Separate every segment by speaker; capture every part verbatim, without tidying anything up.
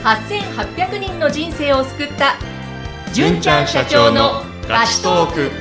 Speaker 1: はっせんはっぴゃくにんの人生を救った純ちゃん社長のラストーク。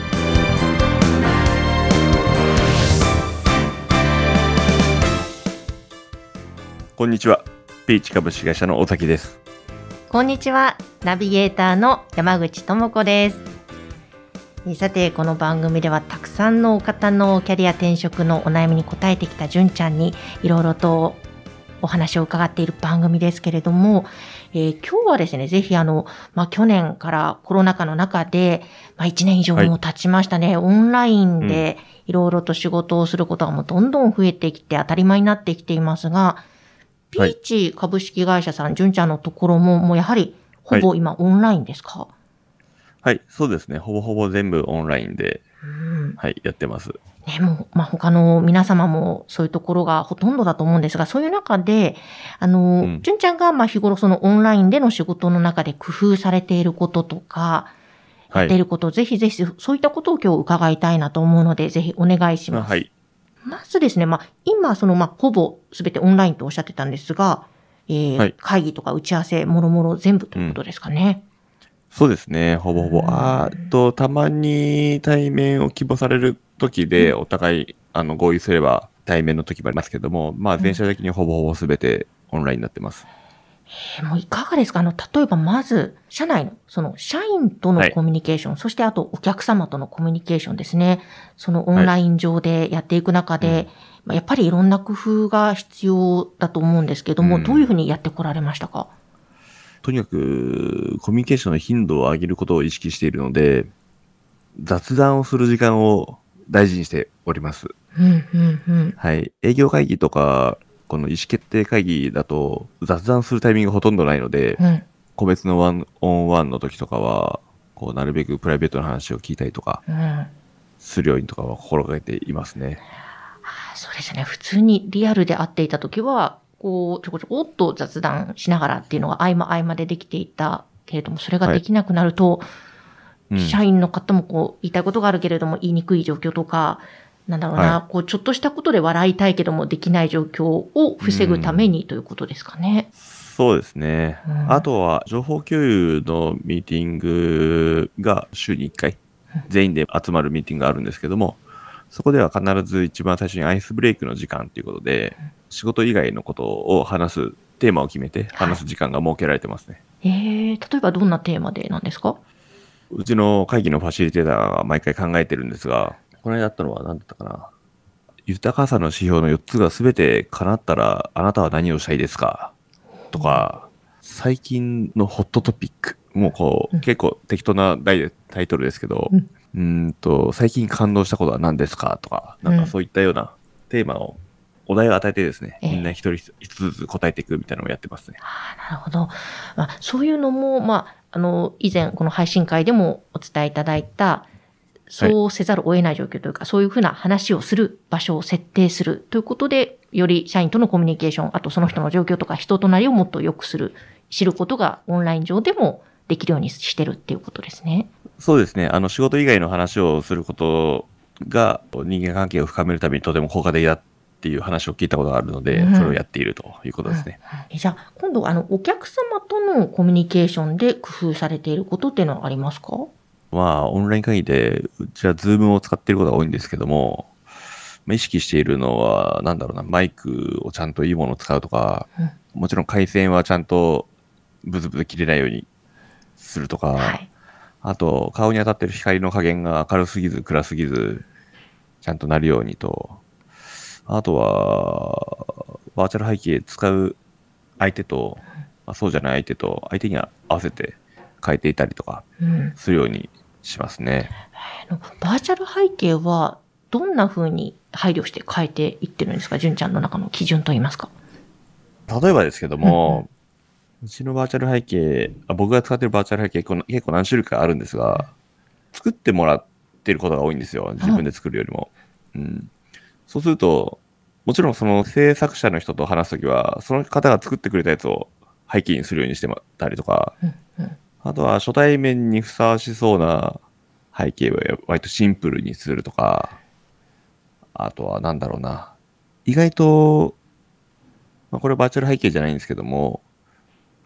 Speaker 2: こんにちは。ピーチ株式会社の尾崎です。
Speaker 3: こんにちは。ナビゲーターの山口智子です。さて、この番組ではたくさんの方のキャリア転職のお悩みに答えてきた純ちゃんにいろいろとお話を伺っている番組ですけれども、えー、今日はですね、ぜひあの、まあ、去年からコロナ禍の中で、まあ、いちねん以上も経ちましたね、はい、オンラインでいろいろと仕事をすることがもうどんどん増えてきて当たり前になってきていますが、ピーチ株式会社さん、純ちゃんのところももうやはりほぼ今オンラインですか？はい
Speaker 2: はい、そうですね。ほぼほぼ全部オンラインで、うん、はい、やってます。
Speaker 3: ね、もう、まあ、他の皆様もそういうところがほとんどだと思うんですが、そういう中で、あの、うん、純ちゃんが、ま、日頃そのオンラインでの仕事の中で工夫されていることとか、やっていること、はい、ぜひぜひ、そういったことを今日伺いたいなと思うので、ぜひお願いします。はい。まずですね、まあ、今、その、まあ、ほぼすべてオンラインとおっしゃってたんですが、えーはい、会議とか打ち合わせ、もろもろ全部ということですかね。うん
Speaker 2: そうですね。ほぼほぼ。あと、たまに対面を希望される時で、お互い、あの、合意すれば対面の時もありますけども、まあ、全社的にほぼほぼ全てオンラインになってます。
Speaker 3: えー、もういかがですか？あの、例えばまず、社内の、その、社員とのコミュニケーション、はい、そしてあと、お客様とのコミュニケーションですね。その、オンライン上でやっていく中で、はいうん、やっぱりいろんな工夫が必要だと思うんですけども、うん、どういうふうにやってこられましたか？
Speaker 2: とにかくコミュニケーションの頻度を上げることを意識しているので、雑談をする時間を大事にしております。
Speaker 3: うんうんうん、
Speaker 2: はい。営業会議とか、この意思決定会議だと雑談するタイミングがほとんどないので、うん、個別のワンオンワンの時とかは、こうなるべくプライベートな話を聞いたりとか、するようにとかは心がけていますね。
Speaker 3: うん、そうですね。普通にリアルで会っていた時は、こう、ちょこちょこっと雑談しながらっていうのが合間合間でできていたけれども、それができなくなると、はいうん、社員の方もこう、言いたいことがあるけれども言いにくい状況とか、なんだろうな、はい、こう、ちょっとしたことで笑いたいけどもできない状況を防ぐためにということですかね。
Speaker 2: そうですね。うん、あとは、情報共有のミーティングが週にいっかい、全員で集まるミーティングがあるんですけども、そこでは必ず一番最初にアイスブレイクの時間ということで、うん仕事以外のことを話す、テーマを決めて話す時間が設けられてますね。
Speaker 3: はい、えー、例えばどんなテーマでなんですか？
Speaker 2: うちの会議のファシリテーターが毎回考えてるんですが、この間あったのは何だったかな。豊かさの指標のよっつが全て叶ったらあなたは何をしたいですかとか、最近のホットトピック。もうこう、うん、結構適当なタイトルですけど、うん、うーんと、最近感動したことは何ですかとか、なんかそういったようなテーマをお題を与えてですね、みんな一人一つずつ答えていくみたいなのをやってますね。
Speaker 3: ああ、なるほど。まあ、そういうのも、まあ、あの、以前この配信会でもお伝えいただいた、そうせざるを得ない状況というか、はい、そういうふうな話をする場所を設定するということで、より社員とのコミュニケーション、あとその人の状況とか人となりをもっと良くする、知ることがオンライン上でもできるようにしてるっていうことですね。
Speaker 2: そうですね。あの、仕事以外の話をすることが人間関係を深めるためにとても効果的だっていう話を聞いたことがあるので、うん、それをやっているということですね。
Speaker 3: うんうん、じゃあ、今度、あの、お客様とのコミュニケーションで工夫されていることっていうのはありますか？
Speaker 2: まあ、オンライン会議で、うちはズームを使っていることが多いんですけども、まあ、意識しているのは、なんだろうな、マイクをちゃんといいものを使うとか、うん、もちろん回線はちゃんとブツブツ切れないようにするとか、はい、あと、顔に当たってる光の加減が明るすぎず暗すぎず、ちゃんとなるようにと、あとは、バーチャル背景使う相手と、まあ、そうじゃない相手と、相手に合わせて変えていたりとか、するようにしますね。
Speaker 3: うん、バーチャル背景は、どんな風に配慮して変えていってるんですか？純ちゃんの中の基準といいますか。
Speaker 2: 例えばですけども、うんうん、うちのバーチャル背景、僕が使ってるバーチャル背景結構何種類かあるんですが、作ってもらってることが多いんですよ。自分で作るよりも。うん、そうすると、もちろんその制作者の人と話すときは、その方が作ってくれたやつを背景にするようにしてもらったりとか、うんうん、あとは初対面にふさわしそうな背景を割とシンプルにするとか、あとはなんだろうな。意外と、まあ、これバーチャル背景じゃないんですけども、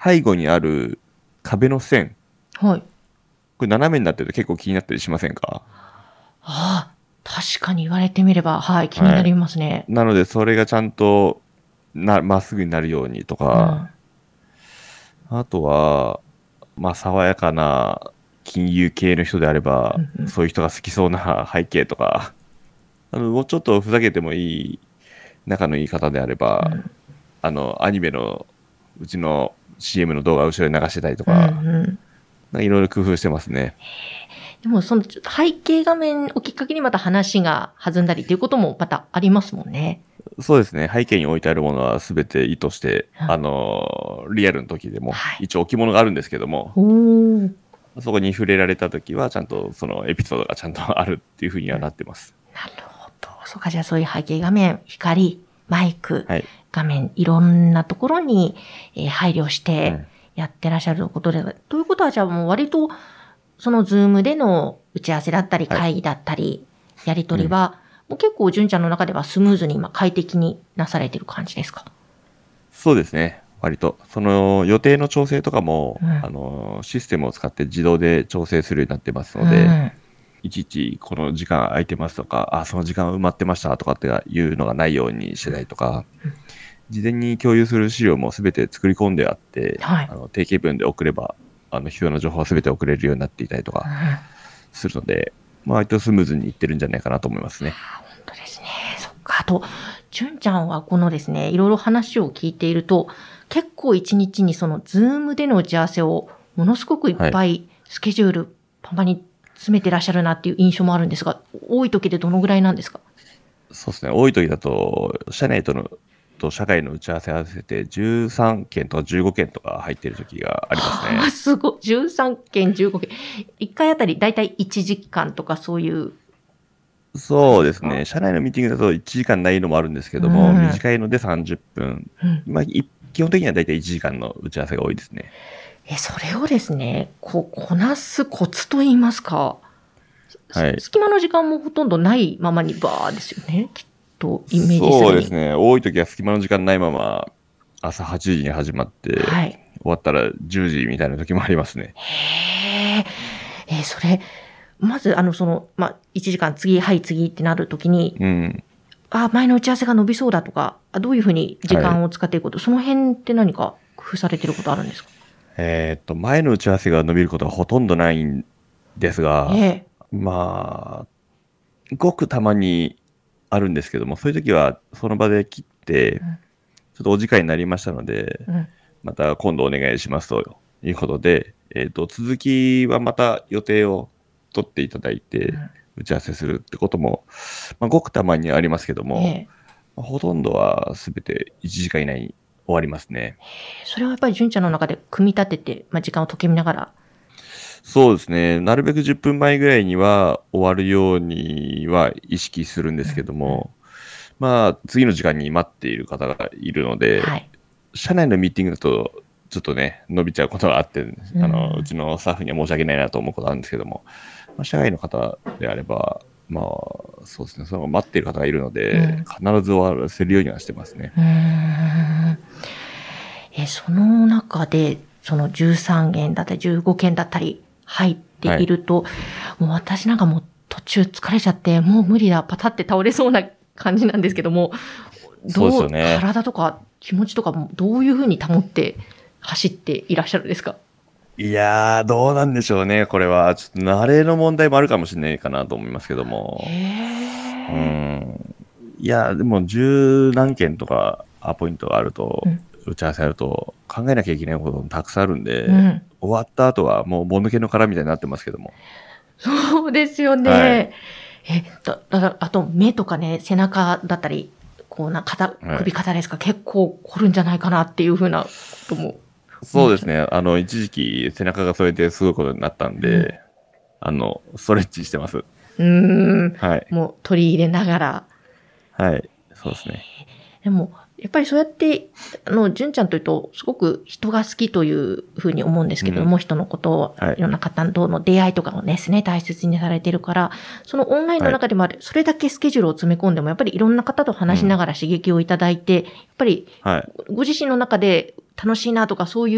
Speaker 2: 背後にある壁の線、
Speaker 3: はい。
Speaker 2: これ斜めになってると結構気になったりしませんか？
Speaker 3: ああ、確かに言われてみれば、はい、気になりますね。
Speaker 2: なので、それがちゃんとなまっすぐになるようにとか、あとは、まあ、爽やかな金融系の人であれば、
Speaker 3: うんうん
Speaker 2: そういう人が好きそうな背景とか、あのもうちょっとふざけてもいい仲のいい方であれば、
Speaker 3: うん
Speaker 2: あのアニメのうちの シーエム の動画を後ろに流してたりと
Speaker 3: うん
Speaker 2: か、
Speaker 3: うん
Speaker 2: いろいろ工夫してますね。
Speaker 3: でも、その背景画面をきっかけにまた話が弾んだりっていうこともまたありますもんね。
Speaker 2: そうですね。背景に置いてあるものは全て意図して、
Speaker 3: うん
Speaker 2: あのリアルの時でも、
Speaker 3: はい
Speaker 2: 一応置物があるんですけども、
Speaker 3: おー。
Speaker 2: そこに触れられた時はちゃんとそのエピソードがちゃんとあるっていうふうにはなってます。
Speaker 3: なるほど。そうか、じゃあそういう背景画面、光、マイク、
Speaker 2: はい。
Speaker 3: 画面、いろんなところに、えー配慮し
Speaker 2: う
Speaker 3: て
Speaker 2: ん
Speaker 3: やってらっしゃることで、ということはじゃあもう割と、そのズームでの打ち合わせだったり、
Speaker 2: はい
Speaker 3: 会議だったり、やりとりは、もう結構純ちゃんの中ではスムーズに今快適になされてる感じですか？
Speaker 2: そうですね。割と。その予定の調整とかも、
Speaker 3: うん
Speaker 2: あのシステムを使って自動で調整するようになってますので、
Speaker 3: うん
Speaker 2: いちいちこの時間空いてますとか、あ、その時間埋まってましたとかっていうのがないようにしてたりとか、事前に共有する資料もすべて作り込んであって、
Speaker 3: はい
Speaker 2: あの定型文で送れば、あの必要な情報はすべて送れるようになっていたりとかするので、まあ、割とスムーズにいってるんじゃないかなと思いますね。
Speaker 3: 本当ですね。そっか。あと、純ちゃんはこのですね、いろいろ話を聞いていると、結構一日にそのズームでの打ち合わせをものすごくいっぱいスケジュールパンパンに詰めてらっしゃるなっていう印象もあるんですが、多い時でどのぐらいなんですか？
Speaker 2: そうですね。多い時だと、社内とのと社外の打ち合わせ合わせてじゅうさんけんとかじゅうごけんとか入ってる時がありますね。
Speaker 3: あ、すごい。じゅうさんけん、じゅうごけん。いっかいあたりだいたいいちじかんとかそういう。
Speaker 2: そうですね。社内のミーティングだといちじかんないのもあるんですけども、
Speaker 3: うん
Speaker 2: 短いのでさんじゅっぷん。
Speaker 3: うん
Speaker 2: まあ、い基本的にはだいたいいちじかんの打ち合わせが多いですね。
Speaker 3: え、それをですね、こう、こなすコツと言いますか。
Speaker 2: はい
Speaker 3: 隙間の時間もほとんどないままにバーですよね。きっと、イメージするに。
Speaker 2: そうですね。多い時は隙間の時間ないまま、朝はちじに始まって、
Speaker 3: はい。
Speaker 2: 終わったらじゅうじみたいな時もありますね。
Speaker 3: へえ。えーそれ、まず、あの、その、まあ、いちじかん次、はい、次ってなるときに、
Speaker 2: うん。
Speaker 3: あ、前の打ち合わせが伸びそうだとか、あどういうふうに時間を使っていくこと、その辺って何か工夫されてることあるんですか？
Speaker 2: えーっと、前の打ち合わせが伸びることはほとんどないんですが、
Speaker 3: ええ。
Speaker 2: まあ、ごくたまにあるんですけども、そういう時はその場で切って、
Speaker 3: うん
Speaker 2: ちょっとお時間になりましたので、
Speaker 3: うん。
Speaker 2: また今度お願いしますということで、えーっと、続きはまた予定を取っていただいて、
Speaker 3: うん
Speaker 2: 打ち合わせするってことも、まあ、ごくたまにありますけども、
Speaker 3: ええ。
Speaker 2: まあほとんどはすべていちじかん以内に終わりますね。
Speaker 3: それはやっぱり純ちゃんの中で組み立てて、まあ、時間を解き見ながら。
Speaker 2: そうですね。なるべくじゅっぷんまえぐらいには終わるようには意識するんですけども、まあ、次の時間に待っている方がいるので、
Speaker 3: はい。
Speaker 2: 社内のミーティングだと、ちょっとね、伸びちゃうことがあって、あの、
Speaker 3: うん
Speaker 2: うちのスタッフには申し訳ないなと思うことあるんですけども、まあ、社外の方であれば、まあ、そうですね、その待っている方がいるので、
Speaker 3: うん
Speaker 2: 必ず終わらせるようにはしてますね。
Speaker 3: うーん。え、その中で、そのじゅうさんけんだったりじゅうごけんだったり入っていると、もう私なんかもう途中疲れちゃって、もう無理だ、パタって倒れそうな感じなんですけども、ど
Speaker 2: そうですよね
Speaker 3: 体とか気持ちとかもどういうふうに保って走っていらっしゃるんですか？
Speaker 2: いやー、どうなんでしょうね、これは。ちょっと慣れの問題もあるかもしれないかなと思いますけども。う
Speaker 3: へー。
Speaker 2: ん。いや、でも十何件とかアポイントがあると、
Speaker 3: うん
Speaker 2: 打ち合わせあると考えなきゃいけないこともたくさんあるんで、
Speaker 3: うん
Speaker 2: 終わった後はもうもぬけの殻みたいになってますけども。
Speaker 3: そうですよね。
Speaker 2: はい
Speaker 3: え、だ、だだあと目とかね、背中だったり、こうな、肩、
Speaker 2: はい
Speaker 3: 首肩ですか、結構凝るんじゃないかなっていうふうなことも。
Speaker 2: そうですね。あの、一時期背中が添えてすごいことになったんで、
Speaker 3: うん
Speaker 2: あの、ストレッチしてます。
Speaker 3: うーん。
Speaker 2: はい。
Speaker 3: もう取り入れながら。
Speaker 2: はい。そうですね。
Speaker 3: でも、やっぱりそうやって、あの、純ちゃんというと、すごく人が好きというふうに思うんですけれども、
Speaker 2: うん
Speaker 3: 人のことを、
Speaker 2: はい
Speaker 3: いろんな方との出会いとかをですね、大切にされているから、そのオンラインの中でもある、それだけスケジュールを詰め込んでも、やっぱりいろんな方と話しながら刺激をいただいて、やっぱり
Speaker 2: はい。
Speaker 3: ご自身の中で楽しいなとか、そういう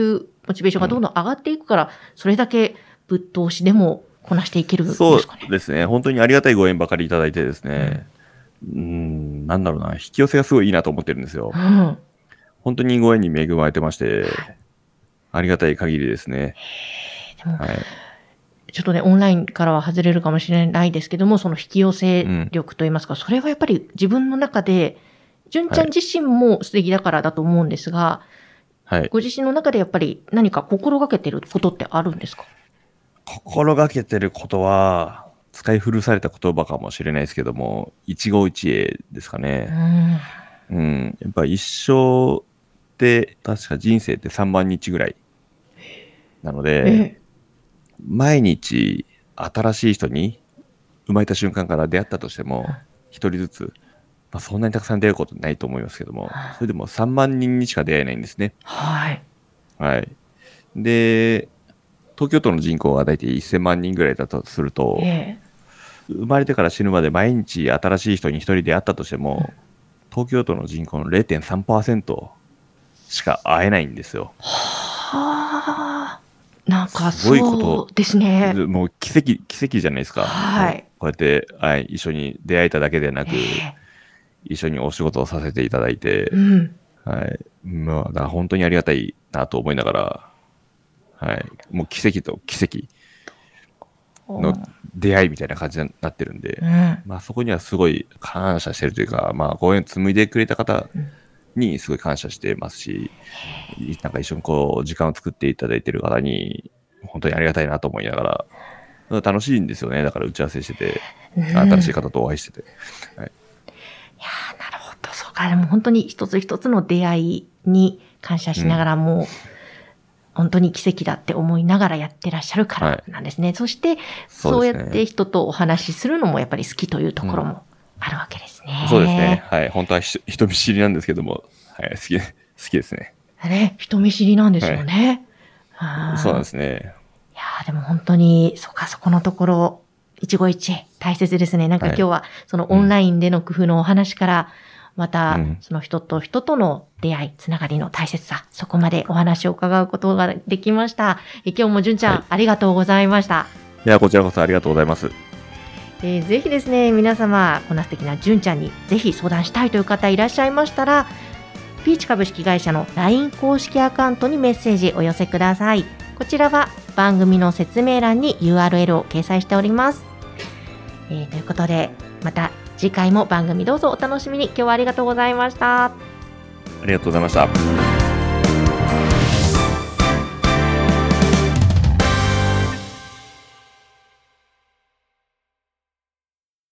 Speaker 3: モチベーションがどんどん上がっていくから、うん、それだけぶっ通しでもこなしていけるんですかね。
Speaker 2: そうですね。本当にありがたいご縁ばかりいただいてですね、うん、うーんなんだろうな、引き寄せがすごいいいなと思ってるんですよ。うん、本当にご縁に恵まれてまして、ありがたい限りですね。
Speaker 3: でも、はい、ちょっとね、オンラインからは外れるかもしれないですけども、その引き寄せ力といいますか、うん、それはやっぱり自分の中で、純ちゃん自身も素敵だからだと思うんですが、はい、ご自身の中でやっぱり何か心がけてることってあるんですか？
Speaker 2: 心がけてることは、使い古された言葉かもしれないですけども、一期一会ですかね。うん、うん、やっぱ一生って確か人生ってさんまんにちぐらいなので、毎日新しい人に生まれた瞬間から出会ったとしても一人ずつ、まあ、そんなにたくさん出会うことないと思いますけども、それでもさんまんにんにしか出会えないんですね。はい。はい。で、東京都の人口はだいたいせんまんにんぐらいだとすると、えー、生まれてから死ぬまで毎日新しい人に一人出会ったとしても、うん、東京都の人口の れいてんさんパーセント しか会えないんですよ。は
Speaker 3: あ。なんかそうですね。
Speaker 2: もう奇跡、奇跡じゃないですか。はい。こうやって、はい、一緒に出会えただけでなく、えー、一緒にお仕事をさせていただいて、うん、はい。まあ、だから本当にありがたいなと思いながら、はい。もう奇跡と奇跡の出会いみたいな感じになってるんで、うん、まあそこにはすごい感謝してるというか、まあご縁紡いでくれた方にすごい感謝してますし、なんか一緒にこう時間を作っていただいてる方に本当にありがたいなと思いながら、楽しいんですよね。だから打ち合わせしてて、うん、新しい方とお会いしてて。はい、い
Speaker 3: やー、なるほど。そうか。でも本当に一つ一つの出会いに感謝しながらも、うん本当に奇跡だって思いながらやってらっしゃるからなんですね。はい、そして、そうやって人とお話しするのもやっぱり好きというところもあるわけですね。
Speaker 2: うん、そうですね。はい。本当は人見知りなんですけども、はい、好き、好きですね。
Speaker 3: ね、人見知りなんですよね。
Speaker 2: はい、そうなんですね。い
Speaker 3: やーでも本当に、そっか、そこのところ、一期一会大切ですね。なんか今日はそのオンラインでの工夫のお話から、また、その人と人との出会い、つながりの大切さ、そこまでお話を伺うことができました。え今日も純ちゃん、はい、ありがとうございました。
Speaker 2: いや、こちらこそありがとうございます。
Speaker 3: えー、ぜひですね、皆様、こんな素敵な純ちゃんにぜひ相談したいという方いらっしゃいましたら、ピーチ株式会社の ライン 公式アカウントにメッセージお寄せください。こちらは番組の説明欄に ユーアールエル を掲載しております。えー、ということで、また次回も番組どうぞお楽しみに。今日はありがとうございました。
Speaker 2: ありがとうございました。